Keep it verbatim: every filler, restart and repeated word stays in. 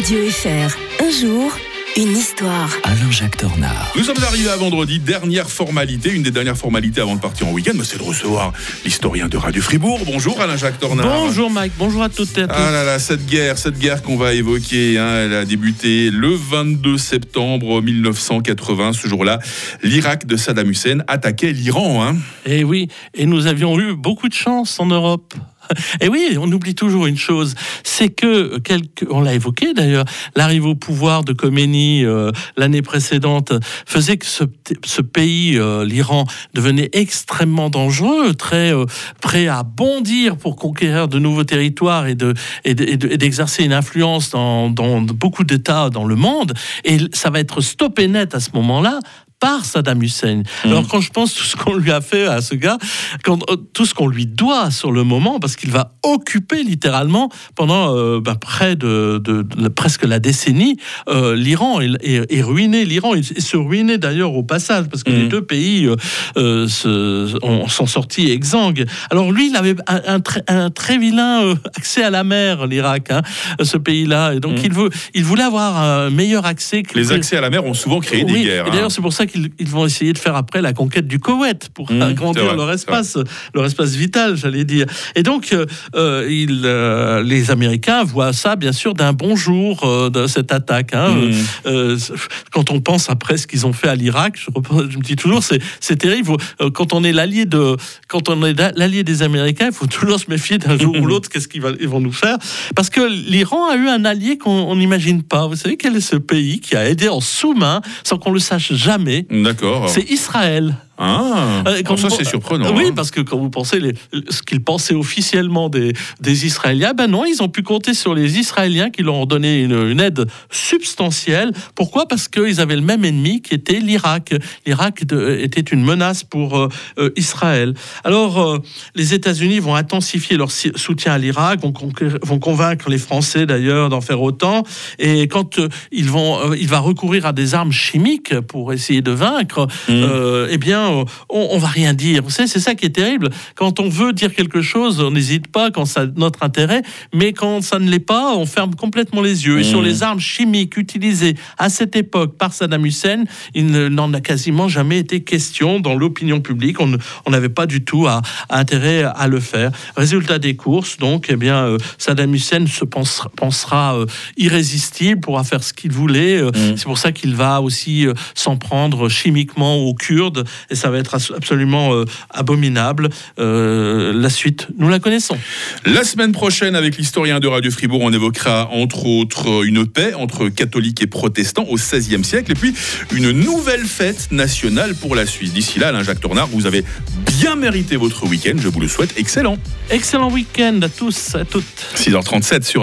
Radio F R, un jour, une histoire. Alain-Jacques Tornard. Nous sommes arrivés à vendredi, dernière formalité, une des dernières formalités avant de partir en week-end, mais c'est de recevoir l'historien de Radio Fribourg. Bonjour Alain-Jacques Tornard. Bonjour Mike, bonjour à toutes et à tous. Ah là là, cette guerre, cette guerre qu'on va évoquer, hein, elle a débuté le vingt-deux septembre mille neuf cent quatre-vingts. Ce jour-là, l'Irak de Saddam Hussein attaquait l'Iran. Hein. Et oui, et nous avions eu beaucoup de chance en Europe. Et oui, on oublie toujours une chose, c'est que, quelques, on l'a évoqué d'ailleurs, l'arrivée au pouvoir de Khomeini euh, l'année précédente faisait que ce, ce pays, euh, l'Iran, devenait extrêmement dangereux, très euh, prêt à bondir pour conquérir de nouveaux territoires et, de, et, de, et, de, et d'exercer une influence dans, dans beaucoup d'États dans le monde. Et ça va être stoppé net à ce moment-là par Saddam Hussein. Mmh. Alors quand je pense tout ce qu'on lui a fait à ce gars, quand, tout ce qu'on lui doit sur le moment, parce qu'il va occuper littéralement pendant euh, ben, près de, de, de presque la décennie euh, l'Iran et, et, et ruiner l'Iran et, et se ruiner d'ailleurs au passage, parce que mmh. les deux pays euh, euh, se, on, sont sortis exsangues. Alors lui, il avait un, un, très, un très vilain euh, accès à la mer, l'Irak, hein, ce pays-là, et donc mmh. il, veut, il voulait avoir un meilleur accès. Que les accès à la mer ont souvent créé oui, des guerres. Et d'ailleurs, hein. c'est pour ça qu'ils ils vont essayer de faire après la conquête du Koweït pour mmh, agrandir leur espace, leur espace vital, j'allais dire. Et donc, euh, il, euh, les Américains voient ça, bien sûr, d'un bon jour euh, de cette attaque. Hein. Mmh. Euh, quand on pense après ce qu'ils ont fait à l'Irak, je, je me dis toujours, c'est, c'est terrible. Quand on est l'allié de, quand on est l'allié des Américains, il faut toujours se méfier d'un jour ou l'autre. Qu'est-ce qu'ils vont nous faire? Parce que l'Iran a eu un allié qu'on n'imagine pas. Vous savez quel est ce pays qui a aidé en sous-main, sans qu'on le sache jamais? D'accord. C'est Israël. Ah, quand ça c'est surprenant. Oui, hein. parce que quand vous pensez les, ce qu'ils pensaient officiellement des, des Israéliens, ben non, ils ont pu compter sur les Israéliens qui leur ont donné une, une aide substantielle. Pourquoi ? Parce qu'ils avaient le même ennemi qui était l'Irak. L'Irak de, était une menace pour euh, euh, Israël. Alors, euh, les États-Unis vont intensifier leur soutien à l'Irak, vont, vont convaincre les Français d'ailleurs d'en faire autant. Et quand euh, ils vont, euh, il va recourir à des armes chimiques pour essayer de vaincre, mmh. euh, eh bien, on, on va rien dire. Vous savez, c'est ça qui est terrible. Quand on veut dire quelque chose, on n'hésite pas quand ça a notre intérêt, mais quand ça ne l'est pas, on ferme complètement les yeux. Mmh. Et sur les armes chimiques utilisées à cette époque par Saddam Hussein, il n'en a quasiment jamais été question dans l'opinion publique. On n'avait pas du tout à, à intérêt à le faire. Résultat des courses, donc, eh bien, euh, Saddam Hussein se pensera, pensera euh, irrésistible, pourra faire ce qu'il voulait. Euh, mmh. C'est pour ça qu'il va aussi euh, s'en prendre chimiquement aux Kurdes. Et ça va être absolument euh, abominable. Euh, la suite, nous la connaissons. La semaine prochaine, avec l'historien de Radio Fribourg, on évoquera entre autres une paix entre catholiques et protestants au seizième siècle, et puis une nouvelle fête nationale pour la Suisse. D'ici là, Alain-Jacques Tornard, vous avez bien mérité votre week-end. Je vous le souhaite excellent. Excellent week-end à tous, à toutes. six heures trente-sept sur